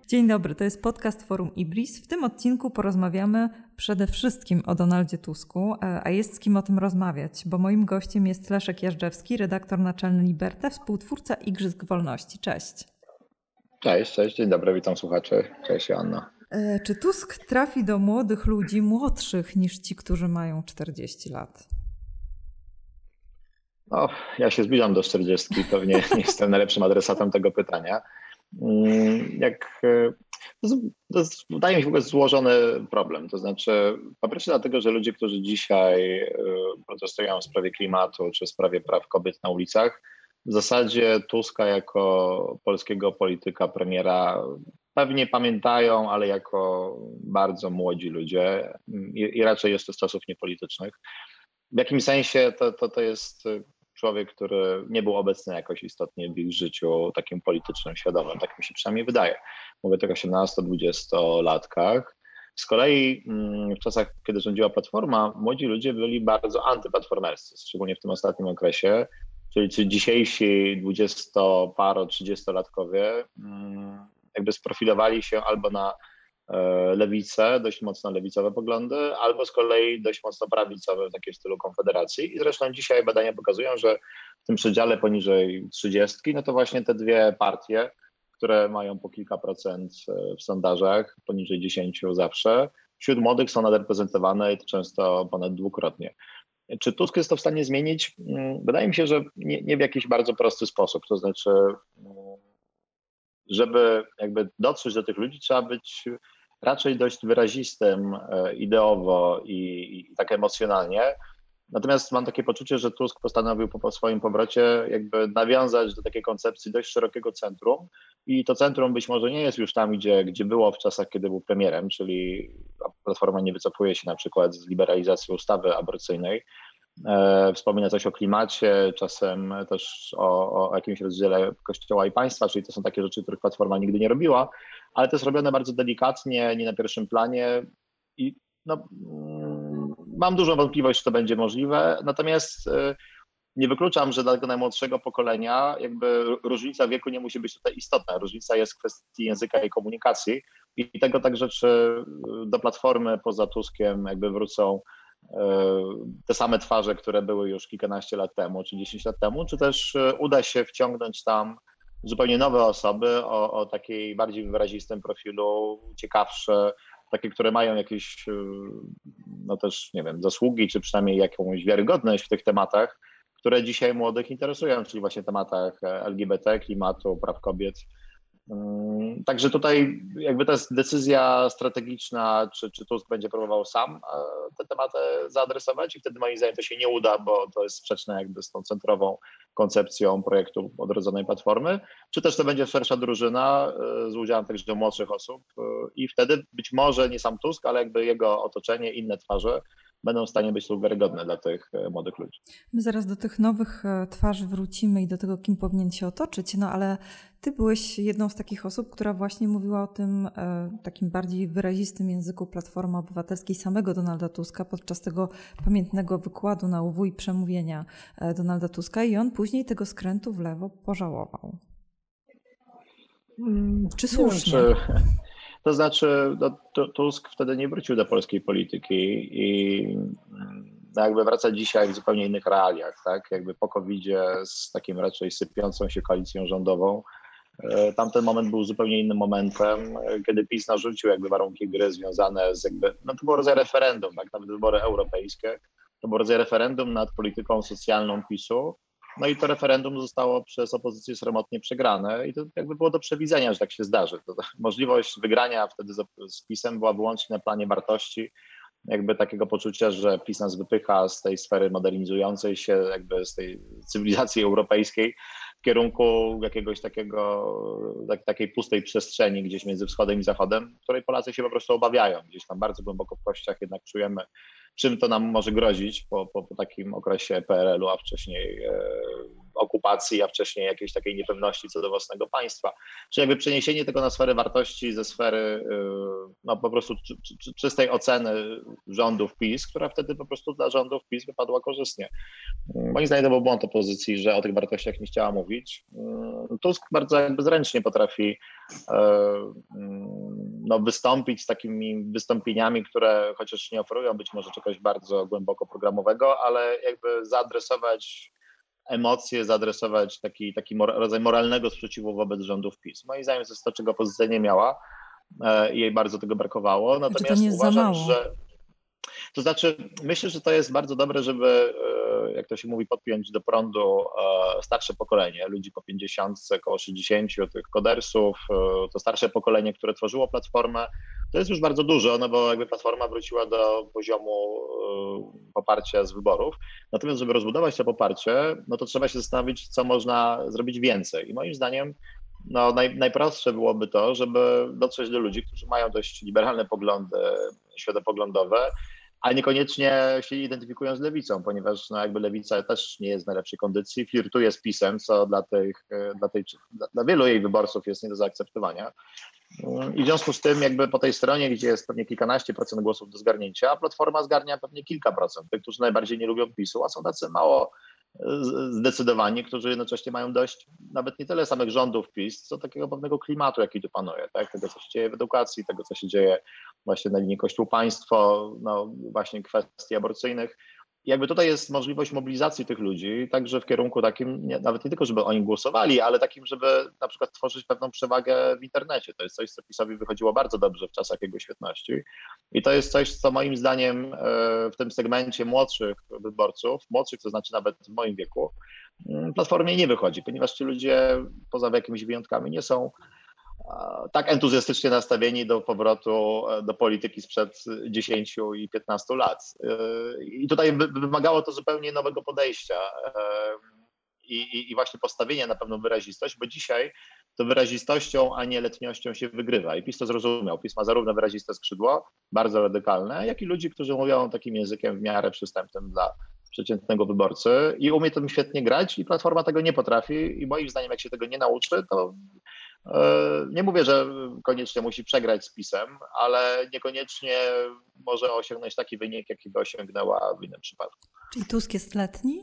Dzień dobry, to jest podcast Forum Ibris. W tym odcinku porozmawiamy przede wszystkim o Donaldzie Tusku, a jest z kim o tym rozmawiać, bo moim gościem jest Leszek Jażdżewski, redaktor naczelny Liberty, współtwórca Igrzysk Wolności. Cześć. Cześć, dzień dobry, witam słuchaczy. Cześć Joanna. Czy Tusk trafi do młodych ludzi, młodszych niż ci, którzy mają 40 lat? No, ja się zbliżam do 40, pewnie nie jestem najlepszym adresatem tego pytania. To wydaje mi się w ogóle złożony problem. To znaczy, po pierwsze dlatego, że ludzie, którzy dzisiaj protestują w sprawie klimatu czy w sprawie praw kobiet na ulicach, w zasadzie Tuska jako polskiego polityka, premiera pewnie pamiętają, ale jako bardzo młodzi ludzie i raczej jeszcze z czasów niepolitycznych. W jakimś sensie to jest człowiek, który nie był obecny jakoś istotnie w ich życiu takim politycznym, świadomym, tak mi się przynajmniej wydaje. Mówię o tych 18-20-latkach. Z kolei w czasach, kiedy rządziła Platforma, młodzi ludzie byli bardzo antyplatformerscy, szczególnie w tym ostatnim okresie, czyli dzisiejsi 20-paro-30-latkowie jakby sprofilowali się albo na lewicę, dość mocno lewicowe poglądy, albo z kolei dość mocno prawicowe, takie w stylu Konfederacji. I zresztą dzisiaj badania pokazują, że w tym przedziale poniżej 30, no to właśnie te dwie partie, które mają po kilka procent w sondażach, poniżej 10 zawsze, wśród młodych są nadreprezentowane i to często ponad dwukrotnie. Czy Tusk jest to w stanie zmienić? Wydaje mi się, że nie w jakiś bardzo prosty sposób. To znaczy, żeby jakby dotrzeć do tych ludzi, trzeba być raczej dość wyrazistym ideowo i tak emocjonalnie. Natomiast mam takie poczucie, że Tusk postanowił po swoim powrocie jakby nawiązać do takiej koncepcji dość szerokiego centrum i to centrum być może nie jest już tam, gdzie było w czasach, kiedy był premierem, czyli Platforma nie wycofuje się na przykład z liberalizacji ustawy aborcyjnej, wspomina coś o klimacie, czasem też o jakimś rozdziale Kościoła i państwa, czyli to są takie rzeczy, których Platforma nigdy nie robiła, ale to jest robione bardzo delikatnie, nie na pierwszym planie i mam dużą wątpliwość, czy to będzie możliwe, natomiast nie wykluczam, że dla tego najmłodszego pokolenia jakby różnica wieku nie musi być tutaj istotna. Różnica jest w kwestii języka i komunikacji i tego także, czy do Platformy poza Tuskiem jakby wrócą te same twarze, które były już kilkanaście lat temu, czy 10 lat temu, czy też uda się wciągnąć tam zupełnie nowe osoby o takiej bardziej wyrazistym profilu, ciekawsze, takie, które mają jakieś, no też, nie wiem, zasługi, czy przynajmniej jakąś wiarygodność w tych tematach, które dzisiaj młodych interesują, czyli właśnie tematach LGBT, klimatu, praw kobiet. Także tutaj jakby to jest decyzja strategiczna, czy Tusk będzie próbował sam te tematy zaadresować i wtedy moim zdaniem to się nie uda, bo to jest sprzeczne jakby z tą centrową koncepcją projektu odrodzonej Platformy, czy też to będzie szersza drużyna z udziałem także młodszych osób i wtedy być może nie sam Tusk, ale jakby jego otoczenie, inne twarze będą w stanie być wiarygodne dla tych młodych ludzi. My zaraz do tych nowych twarzy wrócimy i do tego, kim powinien się otoczyć, no ale ty byłeś jedną z takich osób, która właśnie mówiła o tym takim bardziej wyrazistym języku Platformy Obywatelskiej samego Donalda Tuska podczas tego pamiętnego wykładu na UW i przemówienia Donalda Tuska i on później tego skrętu w lewo pożałował. Czy słusznie? To znaczy, Tusk wtedy nie wrócił do polskiej polityki i jakby wraca dzisiaj w zupełnie innych realiach, tak? Jakby po COVID-zie z takim raczej sypiącą się koalicją rządową. Tamten moment był zupełnie innym momentem, kiedy PiS narzucił jakby warunki gry związane z jakby, no to było rodzaj referendum, tak? Nawet wybory europejskie, to był rodzaj referendum nad polityką socjalną PiS-u. No i to referendum zostało przez opozycję sromotnie przegrane i to jakby było do przewidzenia, że tak się zdarzy. Możliwość wygrania wtedy z PiS-em była wyłącznie na planie wartości, jakby takiego poczucia, że PiS nas wypycha z tej sfery modernizującej się, jakby z tej cywilizacji europejskiej w kierunku jakiegoś takiej pustej przestrzeni gdzieś między wschodem i zachodem, której Polacy się po prostu obawiają. Gdzieś tam bardzo głęboko w kościach jednak czujemy, czym to nam może grozić po takim okresie PRL-u, a wcześniej okupacji, a wcześniej jakiejś takiej niepewności co do własnego państwa. Czyli jakby przeniesienie tego na sfery wartości ze sfery no po prostu czystej oceny rządów PiS, która wtedy po prostu dla rządów PiS wypadła korzystnie. Moim zdaniem to był błąd opozycji, że o tych wartościach nie chciała mówić. Tusk bardzo jakby zręcznie potrafi no, wystąpić z takimi wystąpieniami, które chociaż nie oferują być może czegoś bardzo głęboko programowego, ale jakby zaadresować emocje, zaadresować taki rodzaj moralnego sprzeciwu wobec rządów PiS. Moim zdaniem to jest to, czego opozycja nie miała i jej bardzo tego brakowało. Natomiast to nie jest uważam, że to znaczy, myślę, że to jest bardzo dobre, żeby, jak to się mówi, podpiąć do prądu starsze pokolenie, ludzi po 50, około 60, tych kodersów, to starsze pokolenie, które tworzyło Platformę, to jest już bardzo dużo, no bo jakby Platforma wróciła do poziomu poparcia z wyborów. Natomiast, żeby rozbudować to poparcie, no to trzeba się zastanowić, co można zrobić więcej. I moim zdaniem no, najprostsze byłoby to, żeby dotrzeć do ludzi, którzy mają dość liberalne poglądy światopoglądowe, ale niekoniecznie się identyfikują z lewicą, ponieważ no jakby lewica też nie jest w najlepszej kondycji, flirtuje z PiS-em, co dla wielu jej wyborców jest nie do zaakceptowania. I w związku z tym jakby po tej stronie, gdzie jest pewnie kilkanaście procent głosów do zgarnięcia, Platforma zgarnia pewnie kilka procent, tych, którzy najbardziej nie lubią PiS-u, a są tacy mało zdecydowani, którzy jednocześnie mają dość nawet nie tyle samych rządów PiS, co takiego pewnego klimatu, jaki tu panuje, tak? Tego, co się dzieje w edukacji, tego, co się dzieje właśnie na linii Kościół-państwo, no właśnie kwestii aborcyjnych. I jakby tutaj jest możliwość mobilizacji tych ludzi, także w kierunku takim, nawet nie tylko, żeby oni głosowali, ale takim, żeby na przykład tworzyć pewną przewagę w internecie. To jest coś, co PiS-owi wychodziło bardzo dobrze w czasach jego świetności. I to jest coś, co moim zdaniem w tym segmencie młodszych wyborców, młodszych, to znaczy nawet w moim wieku, Platformie nie wychodzi, ponieważ ci ludzie poza jakimiś wyjątkami nie są tak entuzjastycznie nastawieni do powrotu do polityki sprzed 10 i 15 lat. I tutaj wymagało to zupełnie nowego podejścia i właśnie postawienia na pewną wyrazistość, bo dzisiaj to wyrazistością, a nie letniością się wygrywa. I PiS to zrozumiał. PiS ma zarówno wyraziste skrzydło, bardzo radykalne, jak i ludzi, którzy mówią takim językiem w miarę przystępnym dla przeciętnego wyborcy i umie tym świetnie grać i Platforma tego nie potrafi i moim zdaniem jak się tego nie nauczy, to nie mówię, że koniecznie musi przegrać z PiS-em, ale niekoniecznie może osiągnąć taki wynik, jaki by osiągnęła w innym przypadku. Czyli Tusk jest letni?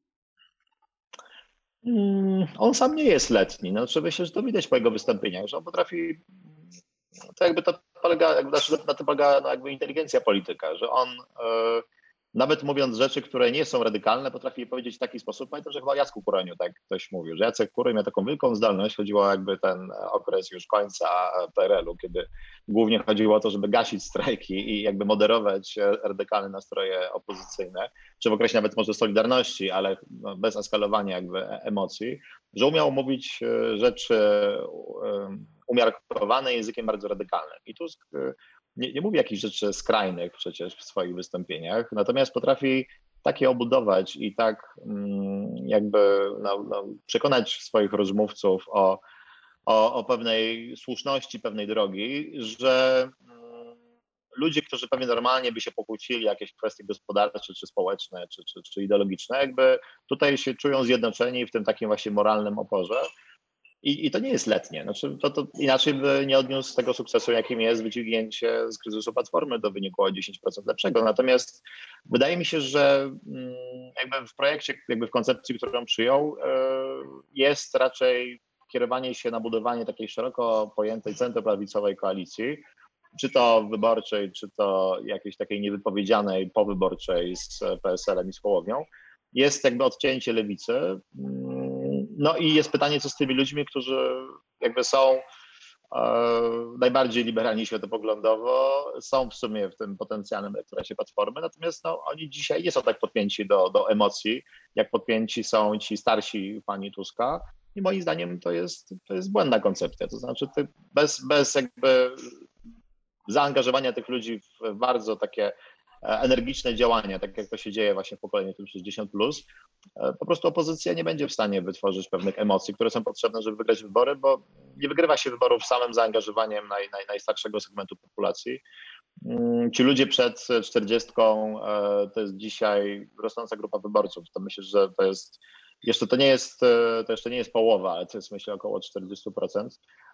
On sam nie jest letni. No, myślę, że to widać po jego wystąpieniach, że on potrafi, to jakby to polega, na tym polega no, jakby inteligencja polityka, że on nawet mówiąc rzeczy, które nie są radykalne, potrafi je powiedzieć w taki sposób. Pamiętam, że chyba o Jacku Kuroniu tak ktoś mówił, że Jacek Kuroń miał taką wielką zdolność, chodziło o jakby ten okres już końca PRL-u, kiedy głównie chodziło o to, żeby gasić strajki i jakby moderować radykalne nastroje opozycyjne, czy w okresie nawet może Solidarności, ale bez eskalowania jakby emocji, że umiał mówić rzeczy umiarkowane językiem bardzo radykalnym. I Tusk nie mówi jakichś rzeczy skrajnych przecież w swoich wystąpieniach, natomiast potrafi takie obudować i tak jakby przekonać swoich rozmówców o pewnej słuszności, pewnej drogi, że ludzie, którzy pewnie normalnie by się pokłócili jakieś kwestie gospodarcze, czy społeczne, czy ideologiczne, jakby tutaj się czują zjednoczeni w tym takim właśnie moralnym oporze. I to nie jest letnie. Znaczy, to inaczej by nie odniósł tego sukcesu, jakim jest wydźwignięcie z kryzysu Platformy do wyniku o 10% lepszego. Natomiast wydaje mi się, że jakby w projekcie, jakby w koncepcji, którą przyjął, jest raczej kierowanie się na budowanie takiej szeroko pojętej centroprawicowej koalicji, czy to wyborczej, czy to jakiejś takiej niewypowiedzianej powyborczej z PSL-em i z Hołownią. Jest jakby odcięcie lewicy. No i jest pytanie, co z tymi ludźmi, którzy jakby są najbardziej liberalni światopoglądowo, są w sumie w tym potencjalnym elektoracie Platformy, natomiast no, oni dzisiaj nie są tak podpięci do emocji, jak podpięci są ci starsi pani Tuska i moim zdaniem to jest błędna koncepcja, to znaczy bez jakby zaangażowania tych ludzi w bardzo takie energiczne działania, tak jak to się dzieje właśnie w pokoleniu 60+, po prostu opozycja nie będzie w stanie wytworzyć pewnych emocji, które są potrzebne, żeby wygrać wybory, bo nie wygrywa się wyborów samym zaangażowaniem najstarszego segmentu populacji. Ci ludzie przed 40 to jest dzisiaj rosnąca grupa wyborców. To myślę, że to jest Jeszcze to jeszcze nie jest połowa, ale to jest myślę około 40%.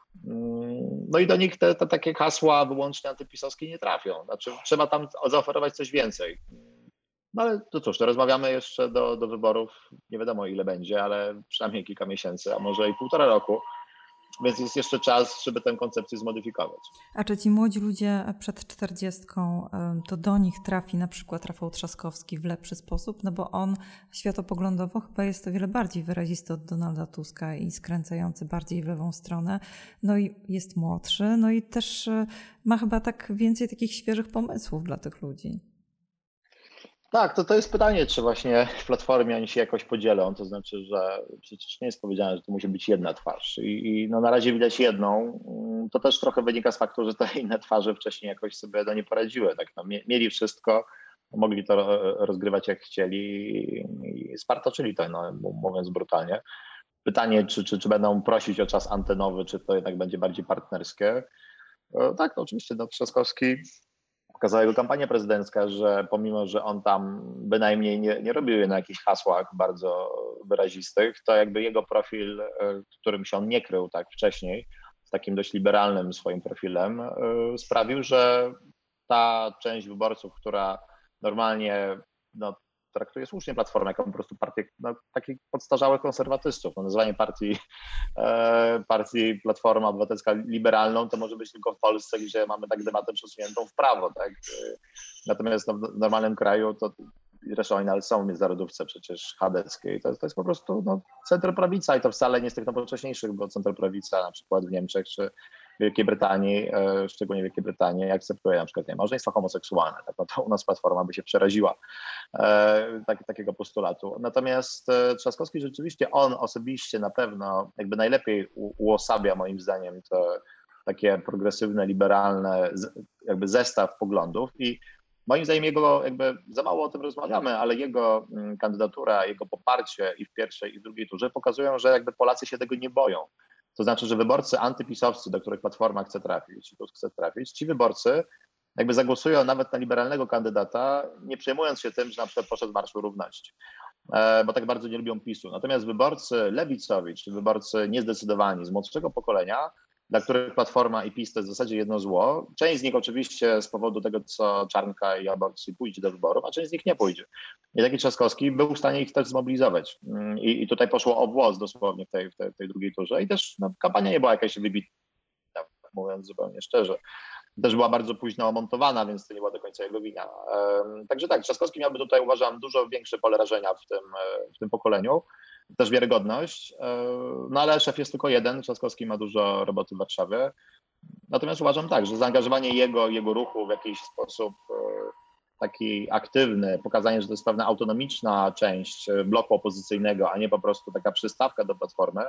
No i do nich te takie hasła wyłącznie antypisowskie nie trafią. Znaczy trzeba tam zaoferować coś więcej. No ale to cóż, to rozmawiamy jeszcze do wyborów, nie wiadomo ile będzie, ale przynajmniej kilka miesięcy, a może i 1,5 roku, więc jest jeszcze czas, żeby tę koncepcję zmodyfikować. A czy ci młodzi ludzie przed 40, to do nich trafi na przykład Rafał Trzaskowski w lepszy sposób? No bo on światopoglądowo chyba jest o wiele bardziej wyrazisty od Donalda Tuska i skręcający bardziej w lewą stronę. No i jest młodszy, no i też ma chyba tak więcej takich świeżych pomysłów dla tych ludzi. Tak, to jest pytanie, czy właśnie w Platformie oni się jakoś podzielą, to znaczy, że przecież nie jest powiedziane, że to musi być jedna twarz i no na razie widać jedną, to też trochę wynika z faktu, że te inne twarze wcześniej jakoś sobie nie poradziły, tak, no, mieli wszystko, mogli to rozgrywać jak chcieli i spartoczyli to, no, mówiąc brutalnie. Pytanie, czy będą prosić o czas antenowy, czy to jednak będzie bardziej partnerskie. Tak, no oczywiście, no, Trzaskowski, pokazała jego kampania prezydencka, że pomimo, że on tam bynajmniej nie robił je na jakichś hasłach bardzo wyrazistych, to jakby jego profil, którym się on nie krył tak wcześniej, z takim dość liberalnym swoim profilem, sprawił, że ta część wyborców, która normalnie no, traktuje słusznie Platformę jako po prostu partię no, takich podstarzałych konserwatystów. No, nazwanie partii Platforma Obywatelska liberalną to może być tylko w Polsce, gdzie mamy tak debatę przesuniętą w prawo. Tak? Natomiast no, w normalnym kraju to zresztą oni nawet są w międzynarodówce przecież chadeckiej. To jest po prostu no, centroprawica i to wcale nie z tych najnowocześniejszych, bo centroprawica na przykład w Niemczech czy Wielkiej Brytanii, szczególnie Wielkiej Brytanii, akceptuje na przykład małżeństwa homoseksualne. Tak, no to u nas Platforma by się przeraziła takiego postulatu. Natomiast Trzaskowski rzeczywiście, on osobiście na pewno jakby najlepiej uosabia moim zdaniem te takie progresywne, liberalne jakby zestaw poglądów i moim zdaniem jego jakby za mało o tym rozmawiamy, ale jego kandydatura, jego poparcie i w pierwszej i w drugiej turze pokazują, że jakby Polacy się tego nie boją. To znaczy, że wyborcy antypisowscy, do których Platforma chce trafić, Tusk chce trafić, ci wyborcy jakby zagłosują nawet na liberalnego kandydata, nie przejmując się tym, że na przykład poszedł Marszu Równości, bo tak bardzo nie lubią PiS-u. Natomiast wyborcy lewicowi, czy wyborcy niezdecydowani z młodszego pokolenia, dla których Platforma i PiS to jest w zasadzie jedno zło. Część z nich oczywiście z powodu tego, co Czarnka i aborcji pójdzie do wyborów, a część z nich nie pójdzie. I taki Trzaskowski był w stanie ich też zmobilizować. I tutaj poszło o włos dosłownie w tej drugiej turze. I też no, kampania nie była jakaś wybitna, mówiąc zupełnie szczerze. Też była bardzo późno omontowana, więc to nie była do końca jego wina. Także tak, Trzaskowski miałby tutaj, uważam, dużo większe pole rażenia w tym pokoleniu. Też wiarygodność, no ale szef jest tylko jeden, Trzaskowski ma dużo roboty w Warszawie. Natomiast uważam tak, że zaangażowanie jego ruchu w jakiś sposób taki aktywny, pokazanie, że to jest pewna autonomiczna część bloku opozycyjnego, a nie po prostu taka przystawka do Platformy,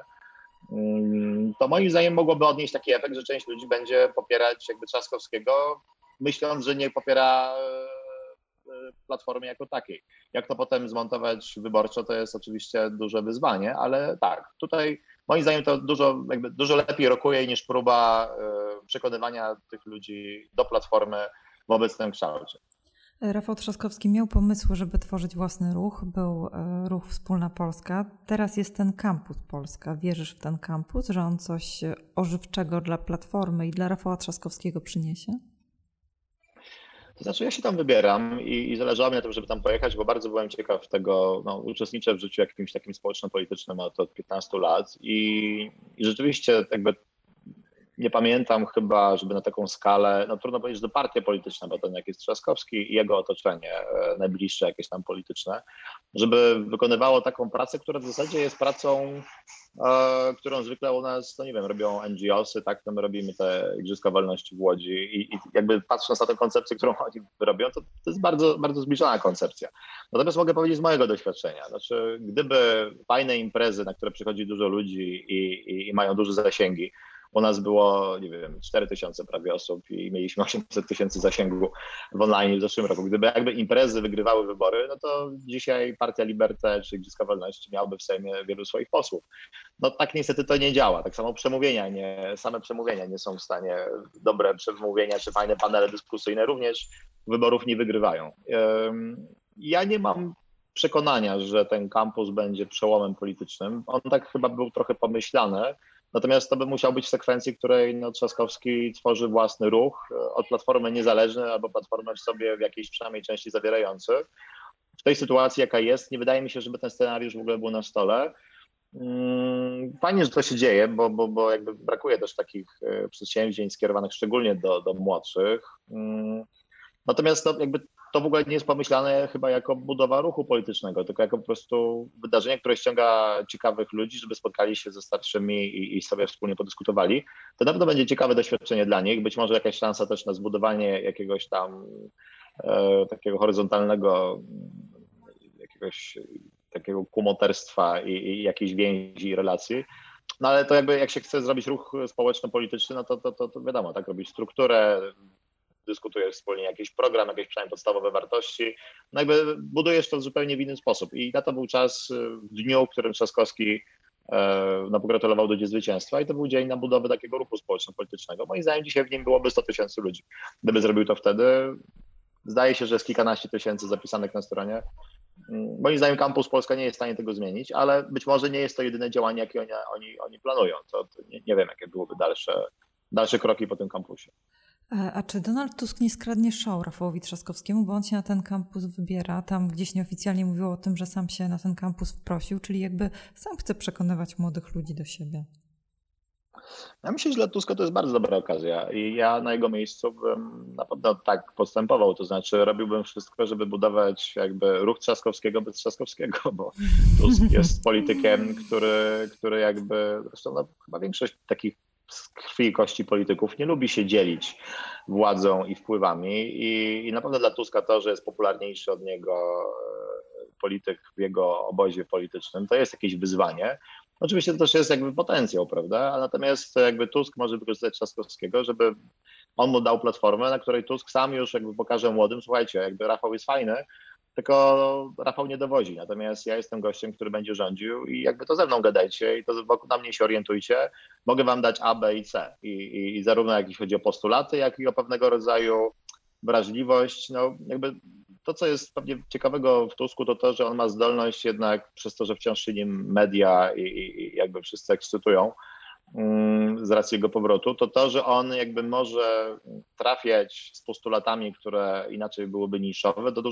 to moim zdaniem mogłoby odnieść taki efekt, że część ludzi będzie popierać jakby Trzaskowskiego, myśląc, że nie popiera Platformy jako takiej. Jak to potem zmontować wyborczo, to jest oczywiście duże wyzwanie, ale tak, tutaj moim zdaniem to dużo lepiej rokuje niż próba przekonywania tych ludzi do Platformy w obecnym kształcie. Rafał Trzaskowski miał pomysły, żeby tworzyć własny ruch. Był ruch Wspólna Polska. Teraz jest ten Kampus Polska. Wierzysz w ten kampus, że on coś ożywczego dla Platformy i dla Rafała Trzaskowskiego przyniesie? To znaczy ja się tam wybieram i zależało mi na tym, żeby tam pojechać, bo bardzo byłem ciekaw tego, no, uczestniczę w życiu jakimś takim społeczno-politycznym od 15 lat i rzeczywiście jakby nie pamiętam chyba, żeby na taką skalę, no trudno powiedzieć, że to partia polityczna, bo ten jak jest Trzaskowski i jego otoczenie najbliższe jakieś tam polityczne, żeby wykonywało taką pracę, która w zasadzie jest pracą, którą zwykle u nas, no nie wiem, robią NGO-sy, tak, to my robimy te Igrzyska Wolności w Łodzi i jakby patrząc na tę koncepcję, którą oni robią, to jest bardzo, bardzo zbliżona koncepcja. Natomiast mogę powiedzieć z mojego doświadczenia, znaczy gdyby fajne imprezy, na które przychodzi dużo ludzi i mają duże zasięgi, u nas było, nie wiem, 4000 prawie osób i mieliśmy 800 000 zasięgu w online w zeszłym roku. Gdyby jakby imprezy wygrywały wybory, no to dzisiaj Partia Liberté czy Igrzyska Wolności miałaby w Sejmie wielu swoich posłów. No tak niestety to nie działa. Tak samo same przemówienia nie są w stanie, dobre przemówienia czy fajne panele dyskusyjne również wyborów nie wygrywają. Ja nie mam przekonania, że ten kampus będzie przełomem politycznym. On tak chyba był trochę pomyślany, natomiast to by musiał być w sekwencji, w której Trzaskowski tworzy własny ruch od Platformy niezależny albo Platformę w sobie w jakiejś przynajmniej części zawierający. W tej sytuacji, jaka jest, nie wydaje mi się, żeby ten scenariusz w ogóle był na stole. Fajnie, że to się dzieje, bo jakby brakuje też takich przedsięwzięć skierowanych szczególnie do młodszych. Natomiast jakby to w ogóle nie jest pomyślane chyba jako budowa ruchu politycznego, tylko jako po prostu wydarzenie, które ściąga ciekawych ludzi, żeby spotkali się ze starszymi i sobie wspólnie podyskutowali. To na pewno będzie ciekawe doświadczenie dla nich, być może jakaś szansa też na zbudowanie jakiegoś tam takiego horyzontalnego, jakiegoś takiego kumoterstwa i jakiejś więzi i relacji. No ale to jakby jak się chce zrobić ruch społeczno-polityczny, no to wiadomo, tak, robić strukturę, dyskutujesz wspólnie jakiś program, jakieś przynajmniej podstawowe wartości, no jakby budujesz to zupełnie w inny sposób. I na to był czas w dniu, w którym Trzaskowski pogratulował Dudzie zwycięstwa i to był dzień na budowę takiego ruchu społeczno-politycznego. Moim zdaniem dzisiaj w nim byłoby 100 000 ludzi. Gdyby zrobił to wtedy, zdaje się, że jest kilkanaście tysięcy zapisanych na stronie. Moim zdaniem Campus Polska nie jest w stanie tego zmienić, ale być może nie jest to jedyne działanie, jakie oni planują. To nie wiem, jakie byłyby dalsze kroki po tym kampusie. A czy Donald Tusk nie skradnie show Rafałowi Trzaskowskiemu, bo on się na ten kampus wybiera, tam gdzieś nieoficjalnie mówił o tym, że sam się na ten kampus wprosił, czyli jakby sam chce przekonywać młodych ludzi do siebie. Ja myślę, że dla Tuska to jest bardzo dobra okazja i ja na jego miejscu bym na pewno tak postępował, to znaczy robiłbym wszystko, żeby budować jakby ruch Trzaskowskiego bez Trzaskowskiego, bo Tusk jest politykiem, który jakby, zresztą chyba większość takich z krwi i kości polityków nie lubi się dzielić władzą i wpływami i na pewno dla Tuska to, że jest popularniejszy od niego polityk w jego obozie politycznym, to jest jakieś wyzwanie. Oczywiście to też jest jakby potencjał, prawda? A natomiast jakby Tusk może wykorzystać Trzaskowskiego, żeby on mu dał platformę, na której Tusk sam już jakby pokaże młodym, słuchajcie, jakby Rafał jest fajny, tylko Rafał nie dowodzi. Natomiast ja jestem gościem, który będzie rządził i jakby to ze mną gadajcie i to wokół na mnie się orientujcie. Mogę wam dać A, B i C. I zarówno jeśli chodzi o postulaty, jak i o pewnego rodzaju wrażliwość. No jakby to, co jest pewnie ciekawego w Tusku, to to, że on ma zdolność jednak przez to, że wciąż się nim media i jakby wszyscy ekscytują z racji jego powrotu, to, że on jakby może trafiać z postulatami, które inaczej byłyby niszowe, do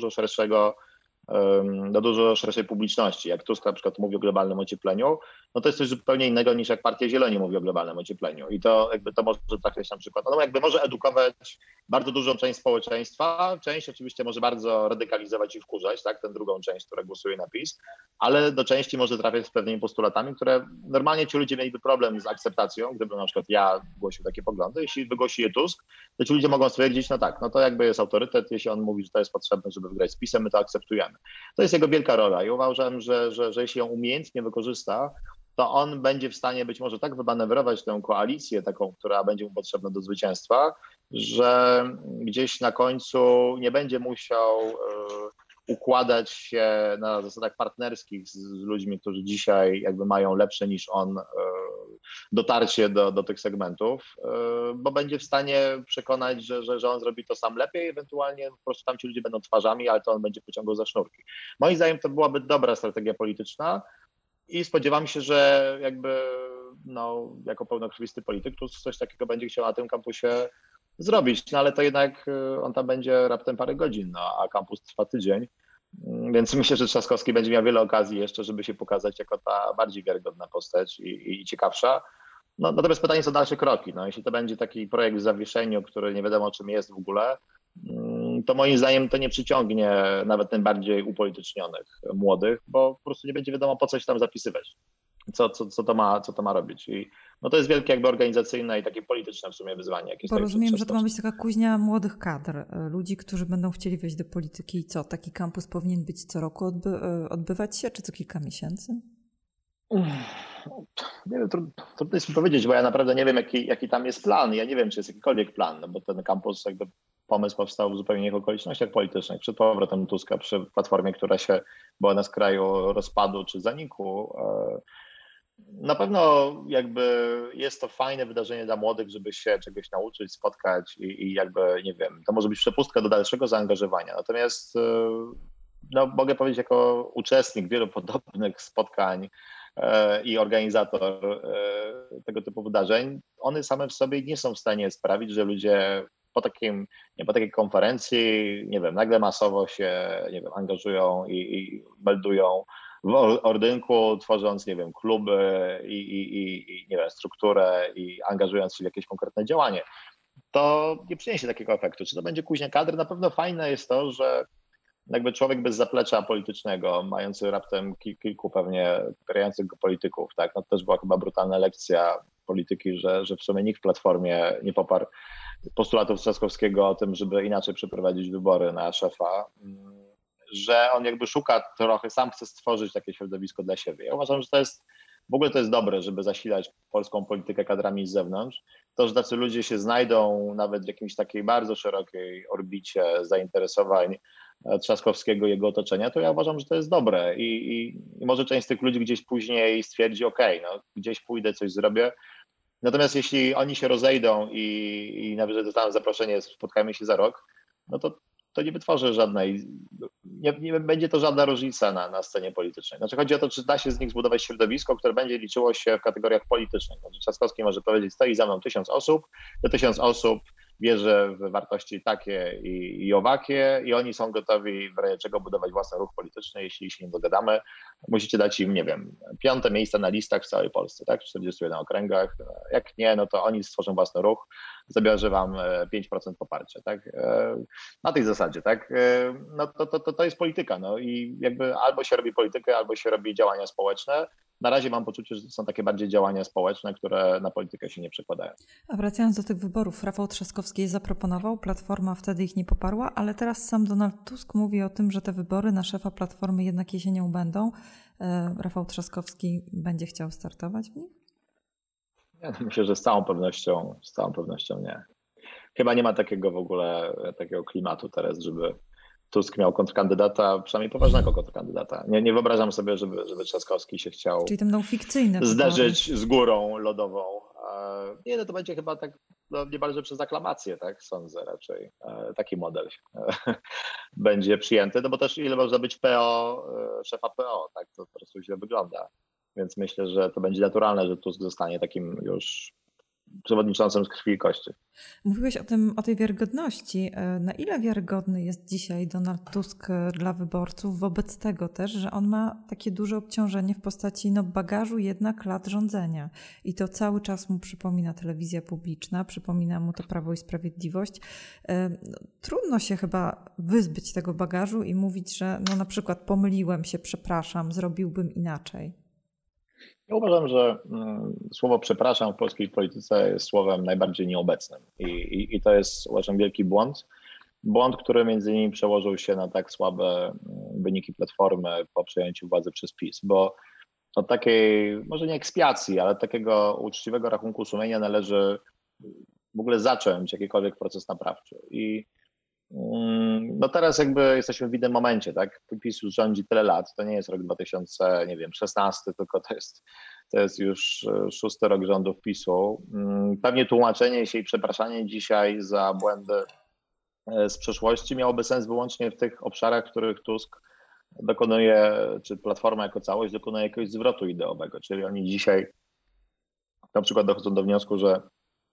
dużo szerszej publiczności. Jak Tusk na przykład mówi o globalnym ociepleniu, no to jest coś zupełnie innego niż jak Partia Zieloni mówi o globalnym ociepleniu. I to jakby to może trafiać na przykład, no jakby może edukować bardzo dużą część społeczeństwa, część oczywiście może bardzo radykalizować i wkurzać, tak, tę drugą część, która głosuje na PiS, ale do części może trafiać z pewnymi postulatami, które normalnie ci ludzie mieliby problem z akceptacją, gdyby na przykład ja głosił takie poglądy, jeśli wygłosi je Tusk, to ci ludzie mogą stwierdzić, no tak, no to jakby jest autorytet, jeśli on mówi, że to jest potrzebne, żeby wygrać z PiS-em, my to akceptujemy. To jest jego wielka rola i uważam, że jeśli ją umiejętnie wykorzysta, to on będzie w stanie być może tak wymanewrować tę koalicję taką, która będzie mu potrzebna do zwycięstwa, że gdzieś na końcu nie będzie musiał układać się na zasadach partnerskich z ludźmi, którzy dzisiaj jakby mają lepsze niż on dotarcie do tych segmentów, bo będzie w stanie przekonać, że on zrobi to sam lepiej, ewentualnie po prostu tam ci ludzie będą twarzami, ale to on będzie pociągał za sznurki. Moim zdaniem to byłaby dobra strategia polityczna i spodziewam się, że jakby jako pełnokrwisty polityk tu coś takiego będzie chciał na tym kampusie zrobić, no ale to jednak on tam będzie raptem parę godzin, a kampus trwa tydzień. Więc myślę, że Trzaskowski będzie miał wiele okazji jeszcze, żeby się pokazać jako ta bardziej wiarygodna postać i ciekawsza. No, natomiast pytanie są dalsze kroki. No, jeśli to będzie taki projekt w zawieszeniu, który nie wiadomo czym jest w ogóle, to moim zdaniem to nie przyciągnie nawet najbardziej upolitycznionych młodych, bo po prostu nie będzie wiadomo po co się tam zapisywać. Co to ma robić. I to jest wielkie jakby organizacyjne i takie polityczne w sumie wyzwanie. Bo rozumiem, że to ma być taka kuźnia młodych kadr, ludzi, którzy będą chcieli wejść do polityki. I co, taki kampus powinien być co roku odbywać się, czy co kilka miesięcy? Nie wiem, trudno jest mi powiedzieć, bo ja naprawdę nie wiem, jaki tam jest plan. Ja nie wiem, czy jest jakikolwiek plan, no bo ten kampus jakby pomysł powstał w zupełnie innych okolicznościach politycznych, przed powrotem Tuska, przy Platformie, która była na skraju rozpadu czy zaniku. Na pewno jakby jest to fajne wydarzenie dla młodych, żeby się czegoś nauczyć, spotkać i jakby, nie wiem, to może być przepustka do dalszego zaangażowania. Natomiast no, mogę powiedzieć jako uczestnik wielu podobnych spotkań i organizator tego typu wydarzeń, one same w sobie nie są w stanie sprawić, że ludzie po takiej konferencji, nie wiem, nagle masowo się, nie wiem, angażują i meldują w Ordynku, tworząc, nie wiem, kluby i nie wiem, strukturę i angażując się w jakieś konkretne działanie. To nie przyniesie takiego efektu. Czy to będzie kuźnia kadr? Na pewno fajne jest to, że jakby człowiek bez zaplecza politycznego, mający raptem kilku pewnie popierających go polityków, tak? No to też była chyba brutalna lekcja polityki, że w sumie nikt w Platformie nie poparł postulatów Trzaskowskiego o tym, żeby inaczej przeprowadzić wybory na szefa, że on jakby szuka trochę, sam chce stworzyć takie środowisko dla siebie. Ja uważam, że w ogóle to jest dobre, żeby zasilać polską politykę kadrami z zewnątrz. To, że tacy ludzie się znajdą nawet w jakiejś takiej bardzo szerokiej orbicie zainteresowań Trzaskowskiego i jego otoczenia, to ja uważam, że to jest dobre i może część z tych ludzi gdzieś później stwierdzi, no gdzieś pójdę, coś zrobię. Natomiast jeśli oni się rozejdą i najwyżej dostaną zaproszenie, spotkajmy się za rok, no to nie wytworzy żadnej, nie będzie to żadna różnica na scenie politycznej. Znaczy chodzi o to, czy da się z nich zbudować środowisko, które będzie liczyło się w kategoriach politycznych. Znaczy Trzaskowski może powiedzieć, stoi za mną 1000 osób, te 1000 osób wierzy w wartości takie i owakie i oni są gotowi w razie czego budować własny ruch polityczny, jeśli się nie dogadamy. Musicie dać im, nie wiem, 5. miejsce na listach w całej Polsce, tak? W 41 okręgach. Jak nie, no to oni stworzą własny ruch, zabierze wam 5% poparcia, tak? Na tej zasadzie, tak? No to jest polityka, no i jakby albo się robi politykę, albo się robi działania społeczne. Na razie mam poczucie, że to są takie bardziej działania społeczne, które na politykę się nie przekładają. A wracając do tych wyborów, Rafał Trzaskowski je zaproponował, Platforma wtedy ich nie poparła, ale teraz sam Donald Tusk mówi o tym, że te wybory na szefa Platformy jednak jesienią będą. Rafał Trzaskowski będzie chciał startować w nich? Ja myślę, że z całą pewnością nie. Chyba nie ma takiego w ogóle takiego klimatu teraz, żeby Tusk miał kontrkandydata, przynajmniej poważnego kontrkandydata. Nie wyobrażam sobie, żeby Trzaskowski się chciał Czyli to będą fikcyjne zderzyć wybory. z górą lodową. Nie, no to będzie chyba tak niemalże przez aklamację, tak sądzę raczej. Taki model będzie przyjęty, no bo też ile można być PO, szefa PO, tak, to po prostu źle wygląda. Więc myślę, że to będzie naturalne, że Tusk zostanie takim już przewodniczącym z krwi i kości. Mówiłeś o tej wiarygodności. Na ile wiarygodny jest dzisiaj Donald Tusk dla wyborców wobec tego też, że on ma takie duże obciążenie w postaci bagażu jednak lat rządzenia i to cały czas mu przypomina telewizja publiczna, przypomina mu to Prawo i Sprawiedliwość. Trudno się chyba wyzbyć tego bagażu i mówić, że na przykład pomyliłem się, przepraszam, zrobiłbym inaczej. Ja uważam, że słowo przepraszam w polskiej polityce jest słowem najbardziej nieobecnym i to jest, uważam, wielki błąd. Błąd, który między innymi przełożył się na tak słabe wyniki Platformy po przejęciu władzy przez PiS, bo od takiej, może nie ekspiacji, ale takiego uczciwego rachunku sumienia należy w ogóle zacząć jakikolwiek proces naprawczy. I no teraz jakby jesteśmy w innym momencie, tak? PiS już rządzi tyle lat, to nie jest rok 2016, tylko to jest już 6. rok rządów PiS-u. Pewnie tłumaczenie się i przepraszanie dzisiaj za błędy z przeszłości miałoby sens wyłącznie w tych obszarach, w których Tusk dokonuje, czy Platforma jako całość dokonuje jakiegoś zwrotu ideowego, czyli oni dzisiaj na przykład dochodzą do wniosku, że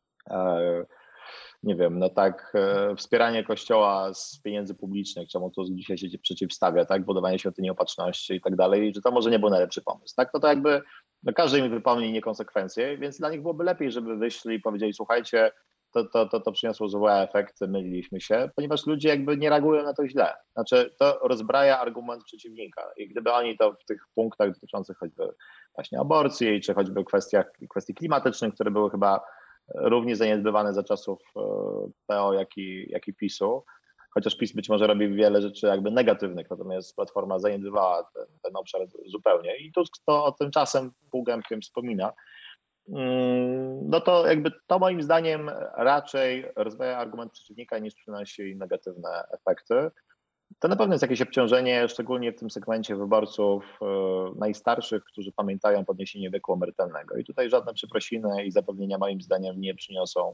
nie wiem, wspieranie Kościoła z pieniędzy publicznych, czemu to dzisiaj się przeciwstawia, tak, budowanie świątyni Opatrzności i tak dalej, że to może nie był najlepszy pomysł, tak, to jakby każdy im wypełni niekonsekwencje, więc dla nich byłoby lepiej, żeby wyszli i powiedzieli, słuchajcie, to przyniosło złe efekty, myliliśmy się, ponieważ ludzie jakby nie reagują na to źle, znaczy to rozbraja argument przeciwnika i gdyby oni to w tych punktach dotyczących choćby właśnie aborcji, czy choćby kwestii klimatycznych, które były chyba równie zaniedbywane za czasów PO, jak i PiS-u, chociaż PiS być może robi wiele rzeczy jakby negatywnych, natomiast Platforma zaniedbywała ten obszar zupełnie i Tusk to o tym czasem półgębkiem wspomina. No to jakby to moim zdaniem raczej rozwaja argument przeciwnika niż przynosi negatywne efekty. To na pewno jest jakieś obciążenie, szczególnie w tym segmencie wyborców najstarszych, którzy pamiętają podniesienie wieku emerytalnego. I tutaj żadne przeprosiny i zapewnienia moim zdaniem nie przyniosą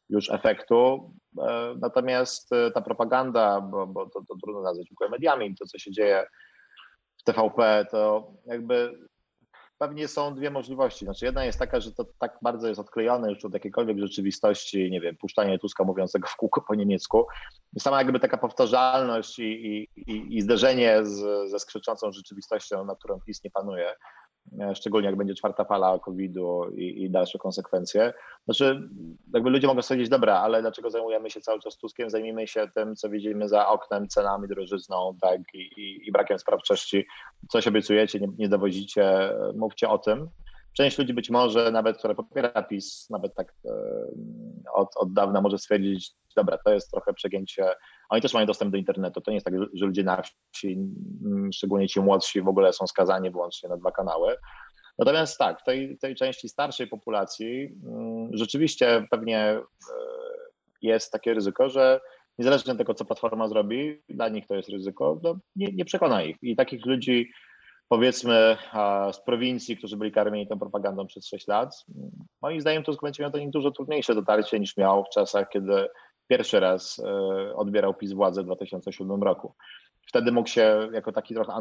już efektu. Natomiast ta propaganda, bo to trudno nazwać mediami, to co się dzieje w TVP, to jakby pewnie są dwie możliwości. Znaczy jedna jest taka, że to tak bardzo jest odklejone już od jakiejkolwiek rzeczywistości, nie wiem, puszczanie Tuska mówiącego w kółko po niemiecku. Sama jakby taka powtarzalność i zderzenie ze skrzyczącą rzeczywistością, na którą PiS nie panuje, szczególnie jak będzie czwarta fala COVID-u i dalsze konsekwencje. Znaczy, jakby ludzie mogą stwierdzić, dobra, ale dlaczego zajmujemy się cały czas Tuskiem? Zajmijmy się tym, co widzimy za oknem, cenami, drożyzną, tak, i brakiem sprawczości. Coś obiecujecie, nie dowozicie, mówcie o tym. Część ludzi być może nawet, która popiera PiS, nawet tak od dawna może stwierdzić, dobra, to jest trochę przegięcie. Oni też mają dostęp do internetu. To nie jest tak, że ludzie na wsi, szczególnie ci młodsi, w ogóle są skazani wyłącznie na 2 kanały. Natomiast tak, w tej części starszej populacji rzeczywiście pewnie jest takie ryzyko, że niezależnie od tego, co Platforma zrobi, dla nich to jest ryzyko, no nie przekona ich. I takich ludzi, powiedzmy z prowincji, którzy byli karmieni tą propagandą przez 6 lat, moim zdaniem Tusk będzie miał do nich dużo trudniejsze dotarcie niż miał w czasach, kiedy pierwszy raz odbierał PiS władzę w 2007 roku. Wtedy mógł się jako taki trochę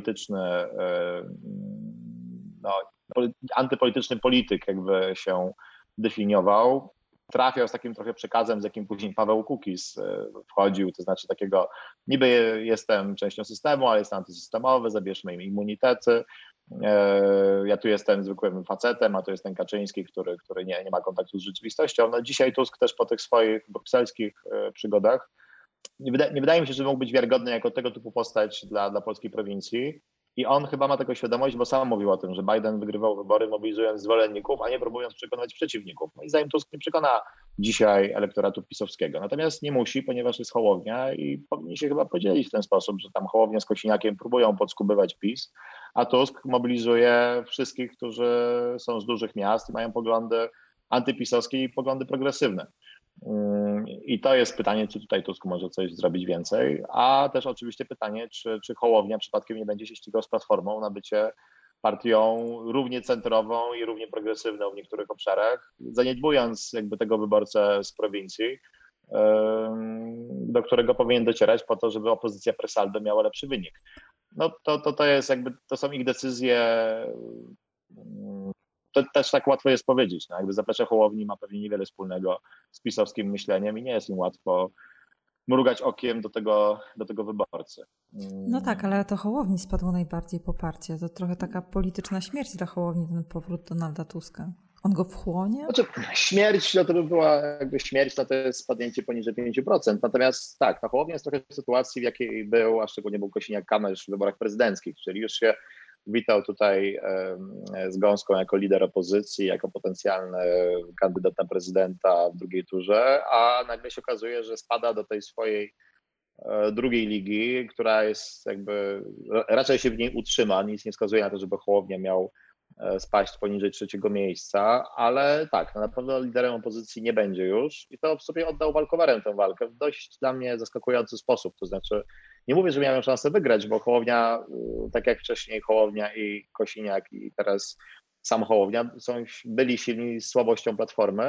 antypolityczny polityk jakby się definiował. Trafiał z takim trochę przekazem, z jakim później Paweł Kukiz wchodził, to znaczy takiego niby jestem częścią systemu, ale jestem antysystemowy, zabierzmy im immunitety. Ja tu jestem zwykłym facetem, a tu jest ten Kaczyński, który nie ma kontaktu z rzeczywistością. No dzisiaj Tusk też po tych swoich brukselskich przygodach nie wydaje mi się, że mógł być wiarygodny jako tego typu postać dla polskiej prowincji. I on chyba ma tego świadomość, bo sam mówił o tym, że Biden wygrywał wybory mobilizując zwolenników, a nie próbując przekonać przeciwników. No i zanim Tusk nie przekona dzisiaj elektoratu pisowskiego. Natomiast nie musi, ponieważ jest Hołownia i powinni się chyba podzielić w ten sposób, że tam Hołownia z Kosiniakiem próbują podskubywać PiS, a Tusk mobilizuje wszystkich, którzy są z dużych miast i mają poglądy antypisowskie i poglądy progresywne. I to jest pytanie, czy tutaj Tusk może coś zrobić więcej, a też oczywiście pytanie, czy Hołownia przypadkiem nie będzie się ścigał z Platformą na bycie partią równie centrową i równie progresywną w niektórych obszarach, zaniedbując jakby tego wyborcę z prowincji, do którego powinien docierać po to, żeby opozycja pre saldo miała lepszy wynik. No to jest jakby, to są ich decyzje. To też tak łatwo jest powiedzieć. No jakby zaplecze Hołowni ma pewnie niewiele wspólnego z pisowskim myśleniem i nie jest im łatwo mrugać okiem do tego wyborcy. No tak, ale to Hołowni spadło najbardziej poparcie. To trochę taka polityczna śmierć dla Hołowni, ten powrót Donalda Tuska. On go wchłonie? Znaczy, śmierć, no to by była jakby śmierć, no to jest spadnięcie poniżej 5%. Natomiast tak, na Hołownia jest trochę w sytuacji, w jakiej był, a szczególnie był Kosiniak-Kamysz w wyborach prezydenckich, czyli już się witał tutaj z gąską jako lider opozycji, jako potencjalny kandydat na prezydenta w drugiej turze, a nagle się okazuje, że spada do tej swojej drugiej ligi, która jest jakby, raczej się w niej utrzyma, nic nie wskazuje na to, żeby Hołownia miał spaść poniżej 3. miejsca, ale tak, na pewno liderem opozycji nie będzie już i to w sobie oddał walkowerem tę walkę w dość dla mnie zaskakujący sposób, to znaczy nie mówię, że miałem szansę wygrać, bo Hołownia, tak jak wcześniej Hołownia i Kosiniak i teraz sam Hołownia byli silni słabością Platformy,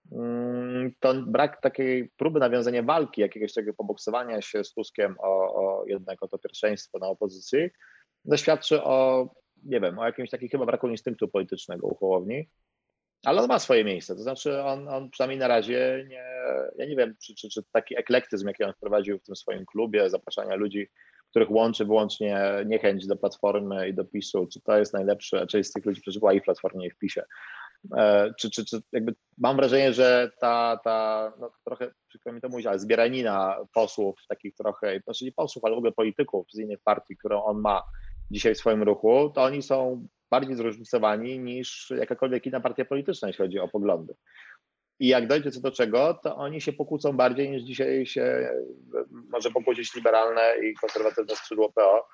to brak takiej próby nawiązania walki, jakiegoś takiego poboksowania się z Tuskiem o jednak o to pierwszeństwo na opozycji, świadczy o, nie wiem, o jakimś takim chyba braku instynktu politycznego u Hołowni, ale on ma swoje miejsce, to znaczy on przynajmniej na razie nie, ja nie wiem, czy taki eklektyzm, jaki on wprowadził w tym swoim klubie, zapraszania ludzi, których łączy wyłącznie niechęć do Platformy i do PiS-u, czy to jest najlepsze, a część z tych ludzi przeżyła i w Platformie, i w PiS-ie. Czy jakby mam wrażenie, że no trochę, przykro mi to mówić, ale zbieranina posłów, takich trochę, znaczy nie posłów, ale w ogóle polityków z innych partii, którą on ma dzisiaj w swoim ruchu, to oni są bardziej zróżnicowani niż jakakolwiek inna partia polityczna, jeśli chodzi o poglądy. I jak dojdzie co do czego, to oni się pokłócą bardziej niż dzisiaj się może pokłócić liberalne i konserwatywne skrzydło PO,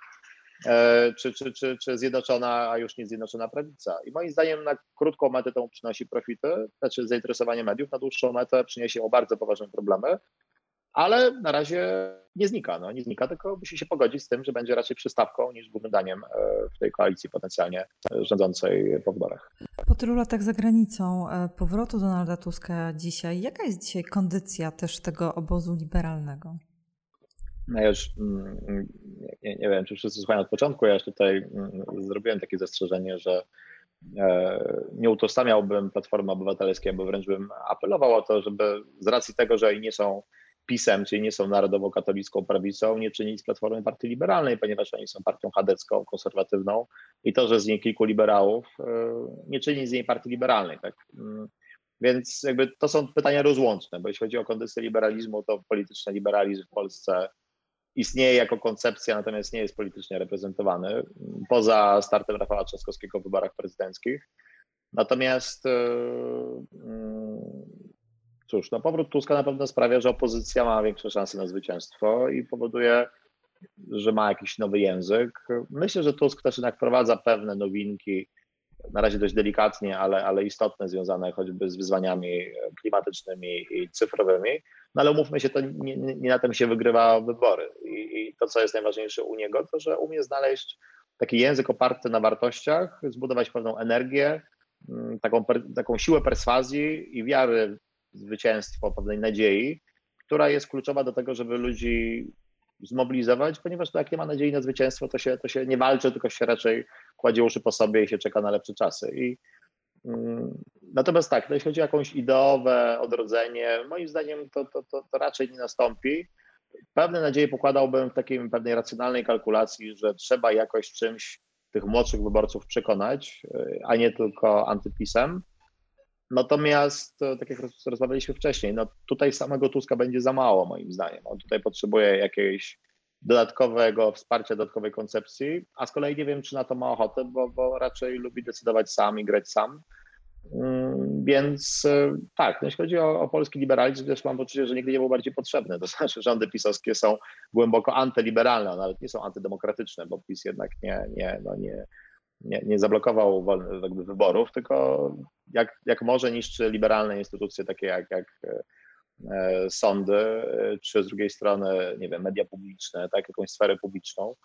czy zjednoczona, a już nie zjednoczona prawica. I moim zdaniem na krótką metę to przynosi profity, znaczy zainteresowanie mediów, na dłuższą metę przyniesie mu bardzo poważne problemy. ale na razie nie znika. No, nie znika, tylko musi się pogodzić z tym, że będzie raczej przystawką niż głównym daniem w tej koalicji potencjalnie rządzącej po wyborach. Po tylu latach za granicą, powrotu Donalda Tuska dzisiaj, jaka jest dzisiaj kondycja też tego obozu liberalnego? No ja już nie wiem, czy wszyscy słuchają od początku, ja już tutaj zrobiłem takie zastrzeżenie, że nie utożsamiałbym Platformy Obywatelskiej, bo wręcz bym apelował o to, żeby z racji tego, że oni nie są PiS-em, czyli nie są narodowo-katolicką prawicą, nie czynić z Platformy Partii Liberalnej, ponieważ oni są partią chadecką, konserwatywną i to, że z niej kilku liberałów, nie czyni z niej partii liberalnej. Tak? Więc jakby to są pytania rozłączne, bo jeśli chodzi o kondycję liberalizmu, to polityczny liberalizm w Polsce istnieje jako koncepcja, natomiast nie jest politycznie reprezentowany, poza startem Rafała Trzaskowskiego w wyborach prezydenckich. Natomiast cóż, no powrót Tuska na pewno sprawia, że opozycja ma większe szanse na zwycięstwo i powoduje, że ma jakiś nowy język. Myślę, że Tusk też jednak wprowadza pewne nowinki, na razie dość delikatnie, ale istotne, związane choćby z wyzwaniami klimatycznymi i cyfrowymi. No ale umówmy się, to nie na tym się wygrywa wybory. I to, co jest najważniejsze u niego, to, że umie znaleźć taki język oparty na wartościach, zbudować pewną energię, taką siłę perswazji i wiary w zwycięstwo, pewnej nadziei, która jest kluczowa do tego, żeby ludzi zmobilizować, ponieważ to jak nie ma nadziei na zwycięstwo, to się nie walczy, tylko się raczej kładzie uszy po sobie i się czeka na lepsze czasy. Natomiast tak, jeśli chodzi o jakąś ideowe odrodzenie, moim zdaniem to raczej nie nastąpi. Pewne nadzieje pokładałbym w takiej pewnej racjonalnej kalkulacji, że trzeba jakoś czymś tych młodszych wyborców przekonać, a nie tylko antypisem. Natomiast, tak jak rozmawialiśmy wcześniej, no tutaj samego Tuska będzie za mało moim zdaniem. On tutaj potrzebuje jakiegoś dodatkowego wsparcia, dodatkowej koncepcji, a z kolei nie wiem, czy na to ma ochotę, bo raczej lubi decydować sam i grać sam. Więc tak, no jeśli chodzi o polski liberalizm, też mam poczucie, że nigdy nie był bardziej potrzebny. To znaczy rządy pisowskie są głęboko antyliberalne, a nawet nie są antydemokratyczne, bo PiS jednak nie zablokował jakby wyborów, tylko jak może niszczy liberalne instytucje takie jak sądy, czy z drugiej strony, nie wiem, media publiczne, tak, jakąś sferę publiczną,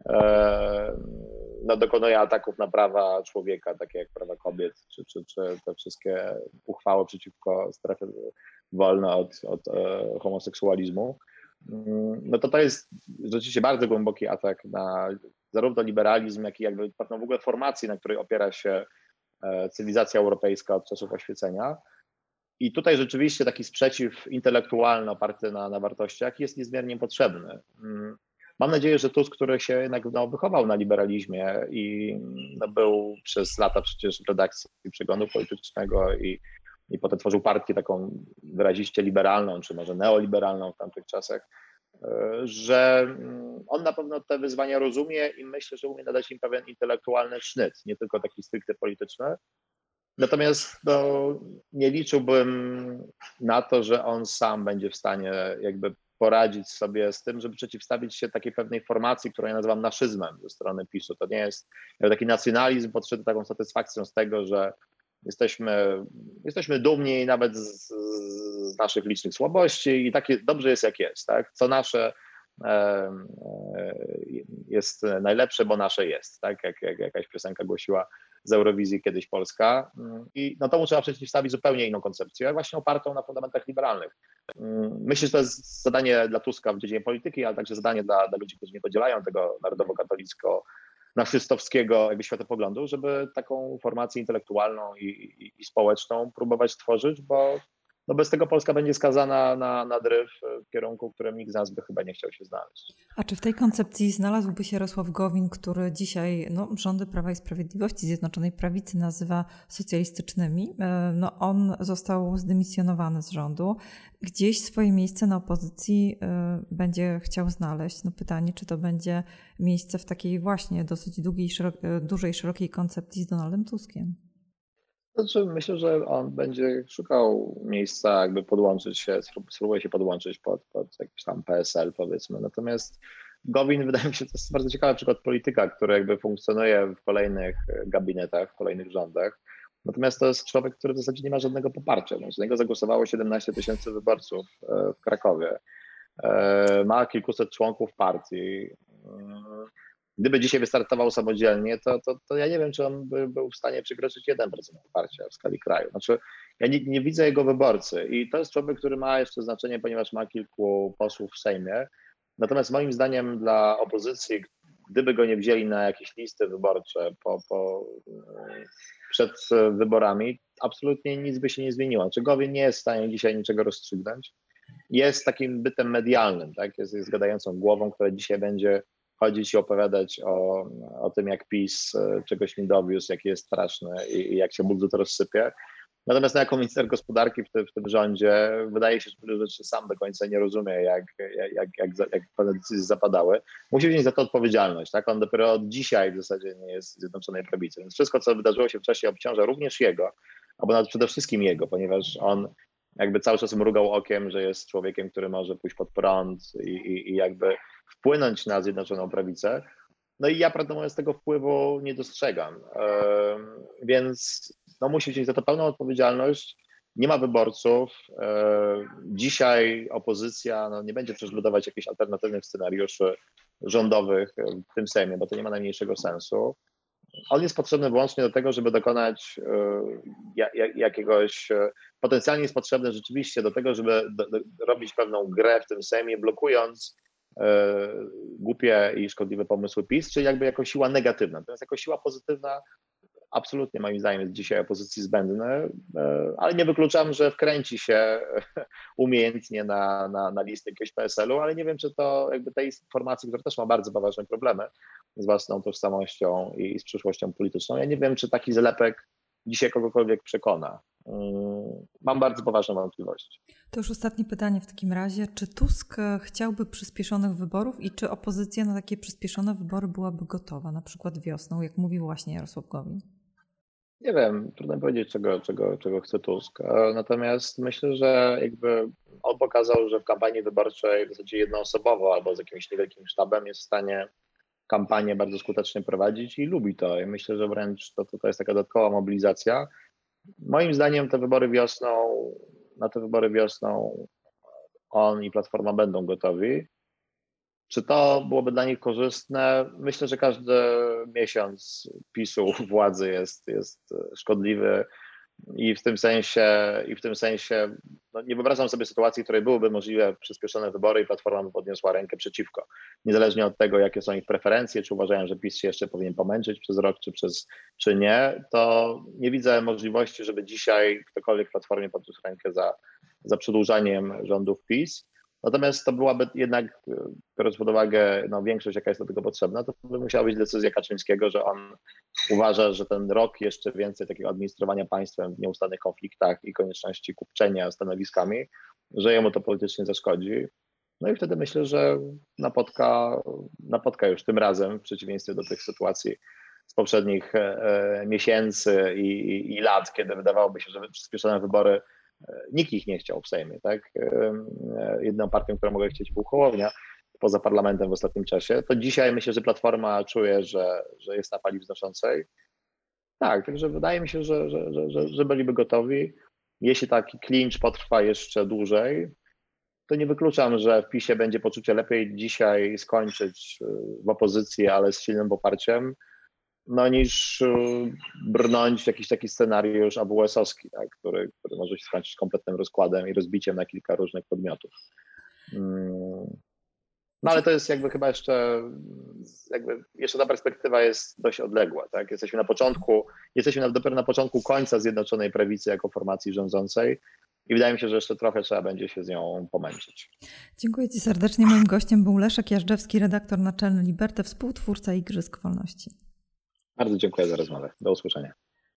no, dokonuje ataków na prawa człowieka, takie jak prawa kobiet, czy te wszystkie uchwały przeciwko strefie wolne od homoseksualizmu, no to jest rzeczywiście bardzo głęboki atak na zarówno liberalizm, jak i jakby pewną w ogóle formację, na której opiera się cywilizacja europejska od czasów oświecenia. I tutaj rzeczywiście taki sprzeciw intelektualny oparty na wartościach jest niezmiernie potrzebny. Mam nadzieję, że Tusk, który się jednak wychował na liberalizmie i był przez lata przecież w redakcji Przeglądu Politycznego i potem tworzył partię taką wyraziście liberalną, czy może neoliberalną w tamtych czasach, że on na pewno te wyzwania rozumie i myślę, że umie nadać im pewien intelektualny sznyt, nie tylko taki stricte polityczny. Natomiast nie liczyłbym na to, że on sam będzie w stanie jakby poradzić sobie z tym, żeby przeciwstawić się takiej pewnej formacji, którą ja nazywam naszyzmem ze strony PiS-u. To nie jest taki nacjonalizm podszedł taką satysfakcją z tego, że jesteśmy dumni nawet z naszych licznych słabości i takie dobrze jest jak jest, tak? Co nasze jest najlepsze, bo nasze jest, tak? Jak jakaś piosenka głosiła z Eurowizji kiedyś Polska. I no to trzeba przeciwstawić zupełnie inną koncepcję, właśnie opartą na fundamentach liberalnych. Myślę, że to jest zadanie dla Tuska w dziedzinie polityki, ale także zadanie dla ludzi, którzy nie podzielają tego narodowo-katolicko-naszystowskiego jakby światopoglądu, żeby taką formację intelektualną i społeczną próbować tworzyć, bo bez tego Polska będzie skazana na dryf w kierunku, w którym nikt z nas by chyba nie chciał się znaleźć. A czy w tej koncepcji znalazłby się Jarosław Gowin, który dzisiaj rządy Prawa i Sprawiedliwości, Zjednoczonej Prawicy nazywa socjalistycznymi? On został zdymisjonowany z rządu. Gdzieś swoje miejsce na opozycji będzie chciał znaleźć. Pytanie, czy to będzie miejsce w takiej właśnie dosyć dużej, szerokiej koncepcji z Donaldem Tuskiem? Znaczy, myślę, że on będzie szukał miejsca, jakby podłączyć się, spróbuje się podłączyć pod jakiś tam PSL, powiedzmy. Natomiast Gowin, wydaje mi się, to jest bardzo ciekawy przykład polityka, który jakby funkcjonuje w kolejnych gabinetach, w kolejnych rządach. Natomiast to jest człowiek, który w zasadzie nie ma żadnego poparcia. Na niego zagłosowało 17 000 wyborców w Krakowie. ma kilkuset członków partii. Gdyby dzisiaj wystartował samodzielnie, to ja nie wiem, czy on by był w stanie przekroczyć 1% poparcia w skali kraju. Znaczy, ja nie widzę jego wyborcy i to jest człowiek, który ma jeszcze znaczenie, ponieważ ma kilku posłów w Sejmie. Natomiast moim zdaniem dla opozycji, gdyby go nie wzięli na jakieś listy wyborcze przed wyborami, absolutnie nic by się nie zmieniło. Znaczy, Gowin nie jest w stanie dzisiaj niczego rozstrzygnąć. Jest takim bytem medialnym, tak? Jest gadającą głową, która dzisiaj będzie chodzić i opowiadać o tym, jak PiS czegoś nie dowiózł, jaki jest straszny i jak się budżet rozsypie. Natomiast jako minister gospodarki w tym rządzie wydaje się, że wiele rzeczy sam do końca nie rozumie, jak pewne decyzje zapadały. Musi wziąć za to odpowiedzialność. Tak? On dopiero od dzisiaj w zasadzie nie jest w Zjednoczonej Prawicy. Więc wszystko, co wydarzyło się wcześniej, obciąża również jego, albo nawet przede wszystkim jego, ponieważ on jakby cały czas mrugał okiem, że jest człowiekiem, który może pójść pod prąd i jakby wpłynąć na Zjednoczoną Prawicę. No i ja, prawdę mówiąc, tego wpływu nie dostrzegam. Więc musi wziąć za to pełną odpowiedzialność. Nie ma wyborców. Dzisiaj opozycja nie będzie przecież budować jakichś alternatywnych scenariuszy rządowych w tym Sejmie, bo to nie ma najmniejszego sensu. On jest potrzebny wyłącznie do tego, żeby dokonać jakiegoś, potencjalnie jest potrzebny rzeczywiście do tego, żeby robić pewną grę w tym Sejmie, blokując głupie i szkodliwe pomysły PiS, czyli jakby jako siła negatywna. Natomiast jako siła pozytywna absolutnie moim zdaniem jest dzisiaj opozycji zbędny, ale nie wykluczam, że wkręci się umiejętnie na listę jakiegoś PSL-u, ale nie wiem, czy to jakby tej formacji, która też ma bardzo poważne problemy z własną tożsamością i z przyszłością polityczną, ja nie wiem, czy taki zlepek dzisiaj kogokolwiek przekona. Mam bardzo poważne wątpliwości. To już ostatnie pytanie w takim razie. Czy Tusk chciałby przyspieszonych wyborów i czy opozycja na takie przyspieszone wybory byłaby gotowa, na przykład wiosną, jak mówił właśnie Jarosław Gowin? Nie wiem, trudno powiedzieć, czego chce Tusk. Natomiast myślę, że jakby on pokazał, że w kampanii wyborczej w zasadzie jednoosobowo albo z jakimś niewielkim sztabem jest w stanie kampanię bardzo skutecznie prowadzić i lubi to. I myślę, że wręcz to jest taka dodatkowa mobilizacja. Moim zdaniem na te wybory wiosną on i Platforma będą gotowi. Czy to byłoby dla nich korzystne? Myślę, że każdy miesiąc PiS-u władzy jest szkodliwy i w tym sensie nie wyobrażam sobie sytuacji, w której byłyby możliwe przyspieszone wybory i Platforma by podniosła rękę przeciwko. Niezależnie od tego, jakie są ich preferencje, czy uważają, że PiS się jeszcze powinien pomęczyć przez rok, czy nie, to nie widzę możliwości, żeby dzisiaj ktokolwiek w Platformie podniósł rękę za przedłużaniem rządów PiS. Natomiast to byłaby jednak, biorąc pod uwagę większość, jaka jest do tego potrzebna, to by musiała być decyzja Kaczyńskiego, że on uważa, że ten rok jeszcze więcej takiego administrowania państwem w nieustannych konfliktach i konieczności kupczenia stanowiskami, że jemu to politycznie zaszkodzi. No i wtedy myślę, że napotka już tym razem, w przeciwieństwie do tych sytuacji z poprzednich miesięcy i lat, kiedy wydawałoby się, że przyspieszone wybory nikt ich nie chciał w Sejmie, tak? Jedną partią, która mogła chcieć, był Hołownia poza parlamentem w ostatnim czasie. To dzisiaj myślę, że Platforma czuje, że jest na fali wznoszącej. Tak, także wydaje mi się, że byliby gotowi. Jeśli taki klincz potrwa jeszcze dłużej, to nie wykluczam, że w PiS-ie będzie poczucie lepiej dzisiaj skończyć w opozycji, ale z silnym poparciem, niż brnąć w jakiś taki scenariusz AWS-owski, tak, który może się skończyć kompletnym rozkładem i rozbiciem na kilka różnych podmiotów. Ale to jest jakby chyba jeszcze ta perspektywa jest dość odległa. Tak? Jesteśmy dopiero na początku końca Zjednoczonej Prawicy jako formacji rządzącej i wydaje mi się, że jeszcze trochę trzeba będzie się z nią pomęczyć. Dziękuję Ci serdecznie. Moim gościem był Leszek Jażdżewski, redaktor naczelny Liberty, współtwórca Igrzysk Wolności. Bardzo dziękuję za rozmowę. Do usłyszenia.